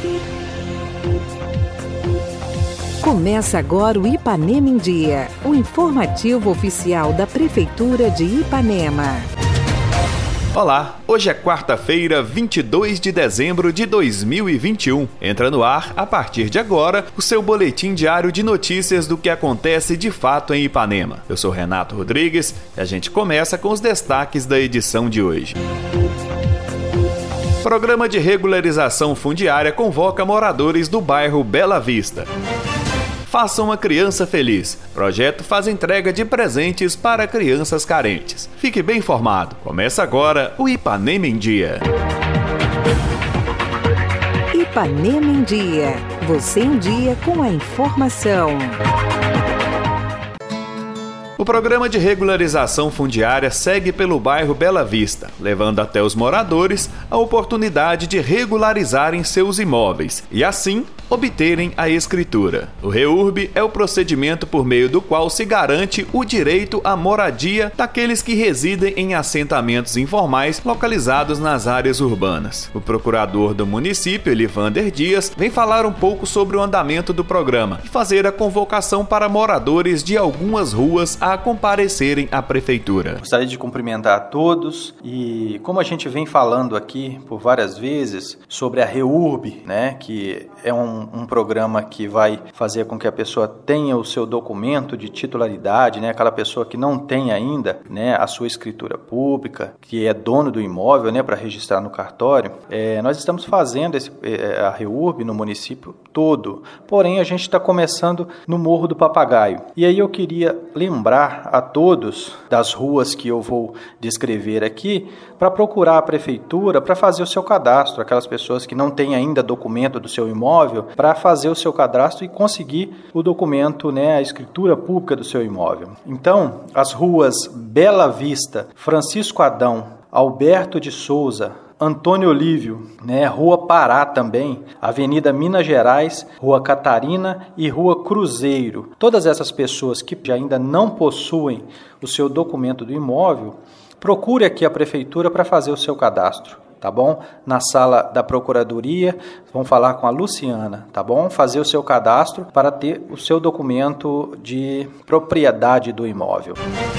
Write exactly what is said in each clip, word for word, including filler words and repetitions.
Começa agora o Ipanema em Dia, o informativo oficial da Prefeitura de Ipanema. Olá, hoje é quarta-feira, vinte e dois de dezembro de dois mil e vinte e um. Entra no ar, a partir de agora, o seu boletim diário de notícias do que acontece de fato em Ipanema. Eu sou Renato Rodrigues e a gente começa com os destaques da edição de hoje. Programa de regularização fundiária convoca moradores do bairro Bela Vista. Faça uma criança feliz. Projeto faz entrega de presentes para crianças carentes. Fique bem informado. Começa agora o Ipanema em Dia. Ipanema em Dia. Você em dia com a informação. O programa de regularização fundiária segue pelo bairro Bela Vista, levando até os moradores a oportunidade de regularizarem seus imóveis e, assim, obterem a escritura. O REURB é o procedimento por meio do qual se garante o direito à moradia daqueles que residem em assentamentos informais localizados nas áreas urbanas. O procurador do município, Elivander Dias, vem falar um pouco sobre o andamento do programa e fazer a convocação para moradores de algumas ruas a comparecerem à prefeitura. Gostaria de cumprimentar a todos e, como a gente vem falando aqui por várias vezes sobre a REURB, né, que é um, um programa que vai fazer com que a pessoa tenha o seu documento de titularidade, né, aquela pessoa que não tem ainda, né, a sua escritura pública, que é dono do imóvel, né, para registrar no cartório. É, nós estamos fazendo esse, é, a REURB no município todo, porém a gente está começando no Morro do Papagaio. E aí eu queria lembrar a todos das ruas que eu vou descrever aqui para procurar a prefeitura para fazer o seu cadastro, aquelas pessoas que não têm ainda documento do seu imóvel, para fazer o seu cadastro e conseguir o documento, né, a escritura pública do seu imóvel. Então, as ruas Bela Vista, Francisco Adão, Alberto de Souza, Antônio Olívio, né, Rua Pará também, Avenida Minas Gerais, Rua Catarina e Rua Cruzeiro. Todas essas pessoas que ainda não possuem o seu documento do imóvel, procure aqui a prefeitura para fazer o seu cadastro, tá bom? Na sala da Procuradoria, vão falar com a Luciana, tá bom? Fazer o seu cadastro para ter o seu documento de propriedade do imóvel.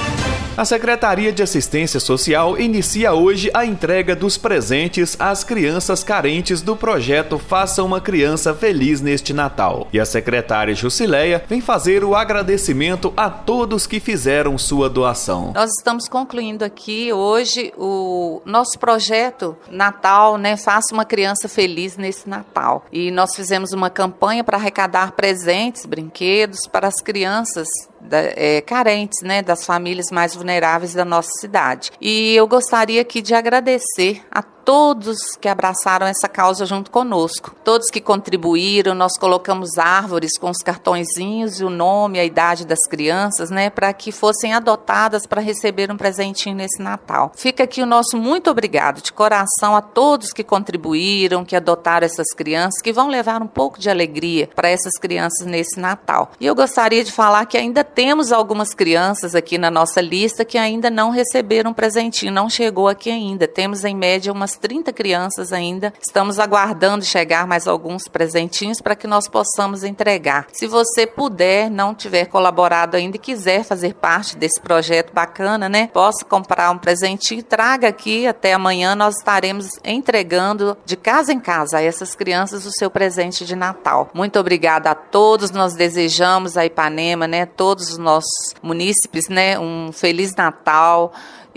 A Secretaria de Assistência Social inicia hoje a entrega dos presentes às crianças carentes do projeto Faça uma Criança Feliz neste Natal. E a secretária Jusileia vem fazer o agradecimento a todos que fizeram sua doação. Nós estamos concluindo aqui hoje o nosso projeto Natal, né? Faça uma Criança Feliz nesse Natal. E nós fizemos uma campanha para arrecadar presentes, brinquedos para as crianças Da, é, carentes, né, das famílias mais vulneráveis da nossa cidade. E eu gostaria aqui de agradecer a todos que abraçaram essa causa junto conosco, todos que contribuíram. Nós colocamos árvores com os cartõezinhos e o nome, a idade das crianças, né, para que fossem adotadas para receber um presentinho nesse Natal. Fica aqui o nosso muito obrigado de coração a todos que contribuíram, que adotaram essas crianças, que vão levar um pouco de alegria para essas crianças nesse Natal. E eu gostaria de falar que ainda temos algumas crianças aqui na nossa lista que ainda não receberam um presentinho, não chegou aqui ainda. Temos em média umas trinta crianças ainda. Estamos aguardando chegar mais alguns presentinhos para que nós possamos entregar. Se você puder, não tiver colaborado ainda e quiser fazer parte desse projeto bacana, né? Possa comprar um presentinho, traga aqui. Até amanhã nós estaremos entregando de casa em casa a essas crianças o seu presente de Natal. Muito obrigada a todos. Nós desejamos a Ipanema, né? Todos os nossos munícipes, né? Um Feliz Natal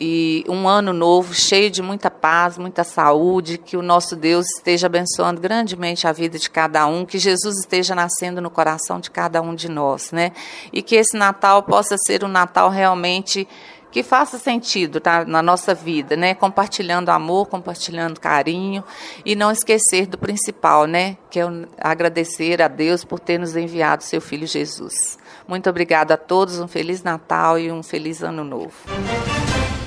e um ano novo cheio de muita paz, muita saúde, que o nosso Deus esteja abençoando grandemente a vida de cada um, que Jesus esteja nascendo no coração de cada um de nós, né? E que esse Natal possa ser um Natal realmente que faça sentido, tá, na nossa vida, né? Compartilhando amor, compartilhando carinho e não esquecer do principal, né? Que é agradecer a Deus por ter nos enviado seu Filho Jesus. Muito obrigada a todos, um Feliz Natal e um Feliz Ano Novo.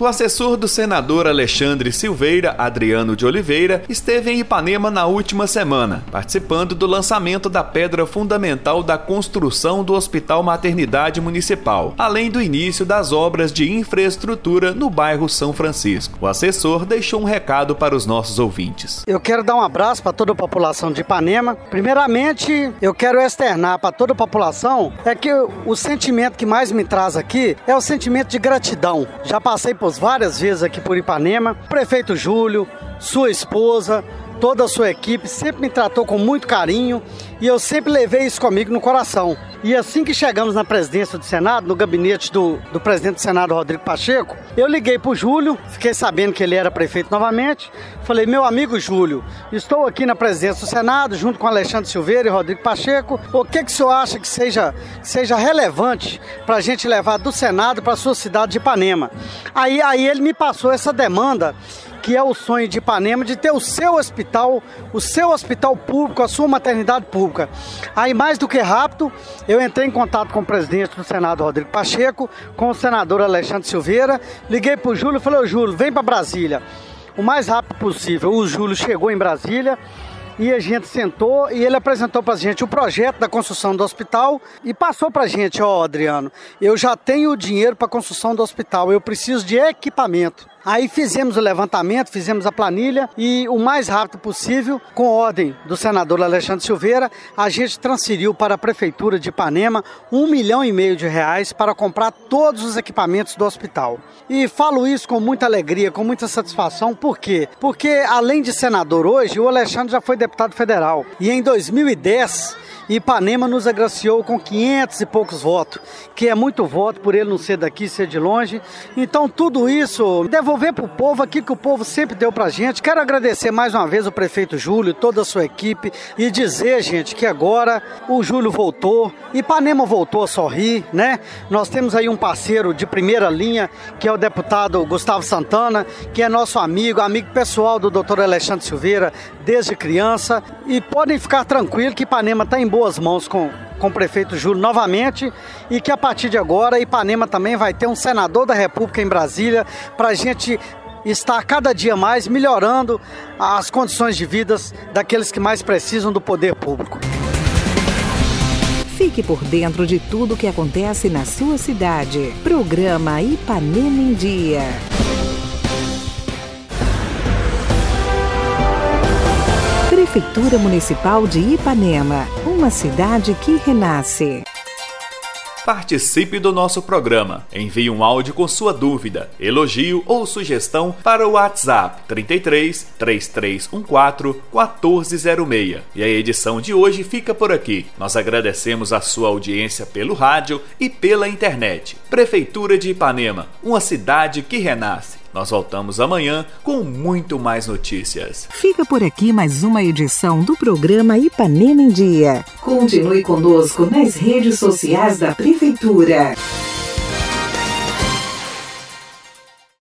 O assessor do senador Alexandre Silveira, Adriano de Oliveira, esteve em Ipanema na última semana, participando do lançamento da pedra fundamental da construção do Hospital Maternidade Municipal, além do início das obras de infraestrutura no bairro São Francisco. O assessor deixou um recado para os nossos ouvintes. Eu quero dar um abraço para toda a população de Ipanema. Primeiramente, eu quero externar para toda a população é que o sentimento que mais me traz aqui é o sentimento de gratidão. Já passei por várias vezes aqui por Ipanema. O prefeito Júlio, sua esposa, toda a sua equipe sempre me tratou com muito carinho e eu sempre levei isso comigo no coração. E assim que chegamos na presidência do Senado, no gabinete do, do presidente do Senado, Rodrigo Pacheco, eu liguei para o Júlio, fiquei sabendo que ele era prefeito novamente, falei, meu amigo Júlio, estou aqui na presidência do Senado, junto com Alexandre Silveira e Rodrigo Pacheco, o que, que o senhor acha que seja, seja relevante para a gente levar do Senado para a sua cidade de Ipanema? Aí, aí ele me passou essa demanda, que é o sonho de Ipanema, de ter o seu hospital, o seu hospital público, a sua maternidade pública. Aí, mais do que rápido, eu entrei em contato com o presidente do Senado, Rodrigo Pacheco, com o senador Alexandre Silveira, liguei para o Júlio e falei, ô Júlio, vem para Brasília, o mais rápido possível. O Júlio chegou em Brasília, e a gente sentou e ele apresentou para a gente o projeto da construção do hospital e passou para a gente, ó, Adriano, eu já tenho o dinheiro para a construção do hospital, eu preciso de equipamento. Aí fizemos o levantamento, fizemos a planilha e o mais rápido possível, com ordem do senador Alexandre Silveira, a gente transferiu para a Prefeitura de Ipanema um milhão e meio de reais para comprar todos os equipamentos do hospital. E falo isso com muita alegria, com muita satisfação, por quê? Porque além de senador hoje, o Alexandre já foi deputado federal. E em dois mil e dez, Ipanema nos agraciou com quinhentos e poucos votos, que é muito voto por ele não ser daqui, ser de longe. Então tudo isso, devolver para o povo aquilo que o povo sempre deu para a gente. Quero agradecer mais uma vez o prefeito Júlio, toda a sua equipe e dizer, gente, que agora o Júlio voltou, Ipanema voltou a sorrir, né? Nós temos aí um parceiro de primeira linha, que é o deputado Gustavo Santana, que é nosso amigo, amigo pessoal do doutor Alexandre Silveira desde criança. E podem ficar tranquilos que Ipanema está em boas mãos com, com o prefeito Júlio novamente e que a partir de agora Ipanema também vai ter um senador da República em Brasília para a gente estar cada dia mais melhorando as condições de vida daqueles que mais precisam do poder público. Fique por dentro de tudo o que acontece na sua cidade. Programa Ipanema em Dia. Prefeitura Municipal de Ipanema, uma cidade que renasce. Participe do nosso programa. Envie um áudio com sua dúvida, elogio ou sugestão para o WhatsApp trinta e três, três três um quatro, um quatro zero seis. E a edição de hoje fica por aqui. Nós agradecemos a sua audiência pelo rádio e pela internet. Prefeitura de Ipanema, uma cidade que renasce. Nós voltamos amanhã com muito mais notícias. Fica por aqui mais uma edição do programa Ipanema em Dia. Continue conosco nas redes sociais da Prefeitura.